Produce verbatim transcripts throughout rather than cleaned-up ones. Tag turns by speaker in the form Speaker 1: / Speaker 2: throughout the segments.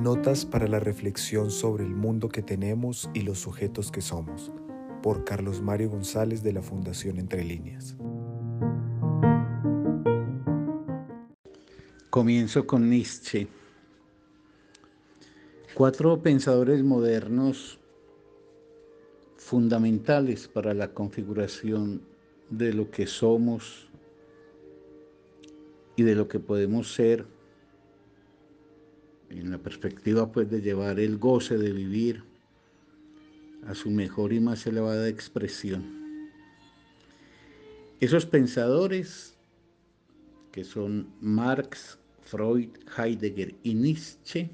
Speaker 1: Notas para la reflexión sobre el mundo que tenemos y los sujetos que somos, por Carlos Mario González de la Fundación Entre Líneas.
Speaker 2: Comienzo con Nietzsche. Cuatro pensadores modernos fundamentales para la configuración de lo que somos y de lo que podemos ser, en la perspectiva pues de llevar el goce de vivir a su mejor y más elevada expresión. Esos pensadores, que son Marx, Freud, Heidegger y Nietzsche,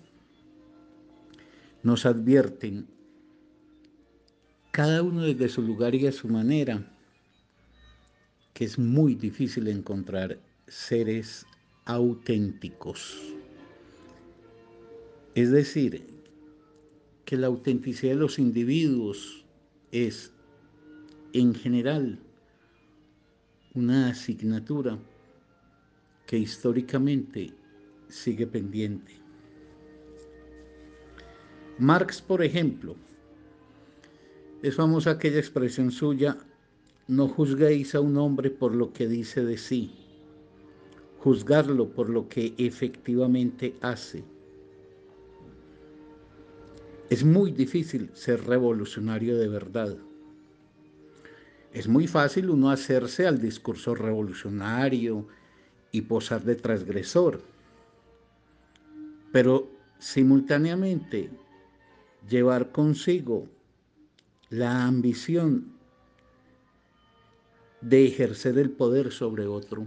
Speaker 2: nos advierten, cada uno desde su lugar y a su manera, que es muy difícil encontrar seres auténticos. Es decir, que la autenticidad de los individuos es, en general, una asignatura que históricamente sigue pendiente. Marx, por ejemplo, es famosa aquella expresión suya: no juzguéis a un hombre por lo que dice de sí, juzgarlo por lo que efectivamente hace. Es muy difícil ser revolucionario de verdad. Es muy fácil uno hacerse al discurso revolucionario y posar de transgresor, pero simultáneamente llevar consigo la ambición de ejercer el poder sobre otro.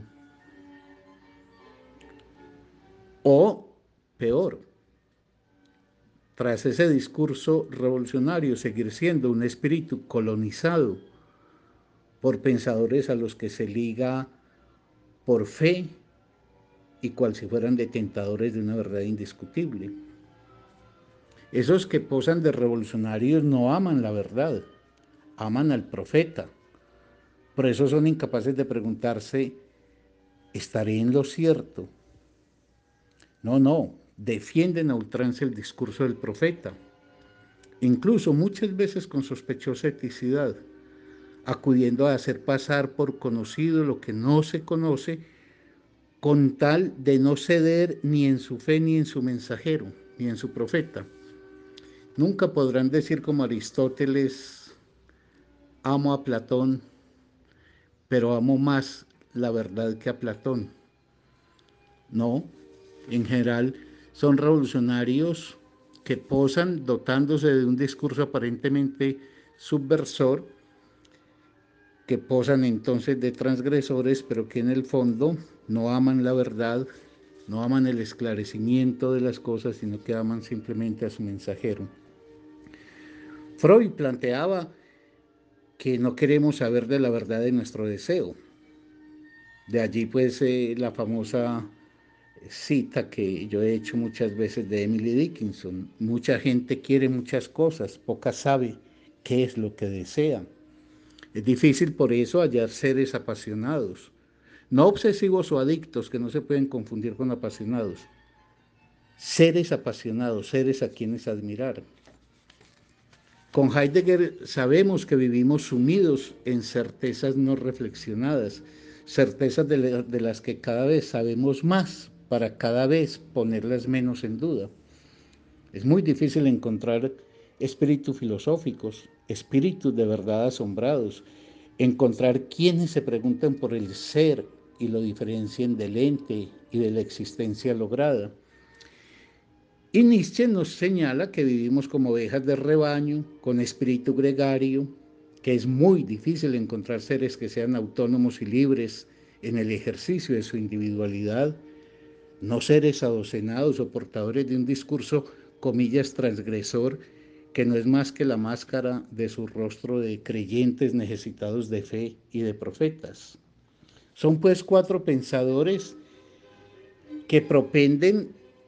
Speaker 2: O, peor, tras ese discurso revolucionario, seguir siendo un espíritu colonizado por pensadores a los que se liga por fe y cual si fueran detentadores de una verdad indiscutible. Esos que posan de revolucionarios no aman la verdad, aman al profeta. Por eso son incapaces de preguntarse, ¿estaré en lo cierto? No, no, defienden a ultranza el discurso del profeta, incluso muchas veces con sospechosa eticidad, acudiendo a hacer pasar por conocido lo que no se conoce, con tal de no ceder ni en su fe ni en su mensajero, ni en su profeta. Nunca podrán decir como Aristóteles, amo a Platón, pero amo más la verdad que a Platón. No, en general son revolucionarios que posan dotándose de un discurso aparentemente subversor, que posan entonces de transgresores, pero que en el fondo no aman la verdad, no aman el esclarecimiento de las cosas, sino que aman simplemente a su mensajero. Freud planteaba que no queremos saber de la verdad de nuestro deseo. De allí pues eh, la famosa cita que yo he hecho muchas veces de Emily Dickinson: mucha gente quiere muchas cosas, poca sabe qué es lo que desea. Es difícil por eso hallar seres apasionados, no obsesivos o adictos, que no se pueden confundir con apasionados. Seres apasionados, seres a quienes admirar. Con Heidegger sabemos que vivimos sumidos en certezas no reflexionadas, certezas de, la, de las que cada vez sabemos más para cada vez ponerlas menos en duda. Es muy difícil encontrar espíritus filosóficos, espíritus de verdad asombrados, encontrar quienes se preguntan por el ser y lo diferencien del ente y de la existencia lograda. Y Nietzsche nos señala que vivimos como ovejas de rebaño, con espíritu gregario, que es muy difícil encontrar seres que sean autónomos y libres en el ejercicio de su individualidad, no seres adocenados o portadores de un discurso, comillas, transgresor, que no es más que la máscara de su rostro de creyentes necesitados de fe y de profetas. Son pues cuatro pensadores que propenden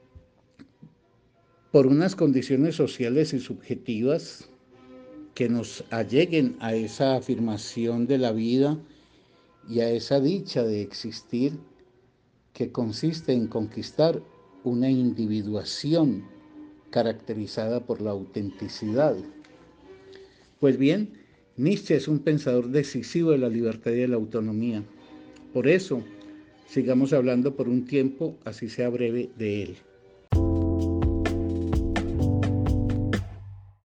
Speaker 2: por unas condiciones sociales y subjetivas que nos alleguen a esa afirmación de la vida y a esa dicha de existir, que consiste en conquistar una individuación caracterizada por la autenticidad. Pues bien, Nietzsche es un pensador decisivo de la libertad y de la autonomía. Por eso, sigamos hablando por un tiempo, así sea breve, de él.